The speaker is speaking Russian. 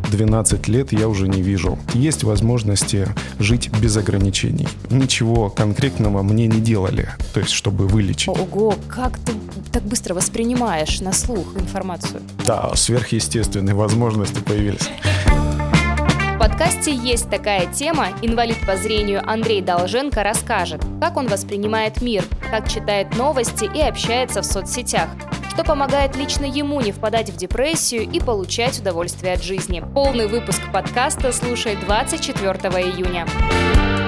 12 лет я уже не вижу. Есть возможности жить без ограничений. Ничего конкретного мне не делали, то есть чтобы вылечить. Ого, как ты так быстро воспринимаешь на слух информацию? Да, сверхъестественные возможности появились. В подкасте «Есть такая тема» инвалид по зрению Андрей Долженко расскажет, как он воспринимает мир, как читает новости и общается в соцсетях, что помогает лично ему не впадать в депрессию и получать удовольствие от жизни. Полный выпуск подкаста слушай 24 июня.